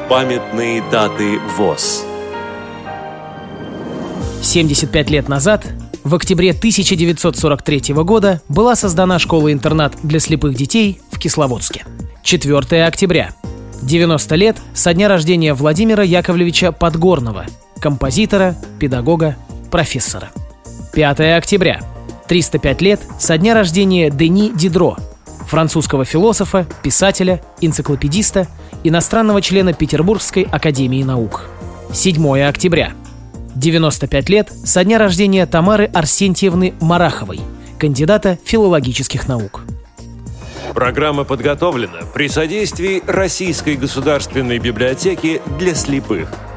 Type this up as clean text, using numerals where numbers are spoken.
Памятные даты ВОС. 75 лет назад, в октябре 1943 года, была создана школа-интернат для слепых детей в Кисловодске. 4 октября. 90 лет со дня рождения Владимира Яковлевича Подгорного, композитора, педагога, профессора. 5 октября. 305 лет со дня рождения Дени Дидро, французского философа, писателя, энциклопедиста, иностранного члена Петербургской академии наук. 7 октября. 95 лет со дня рождения Тамары Арсентьевны Мараховой, кандидата филологических наук. Программа подготовлена при содействии Российской государственной библиотеки для слепых.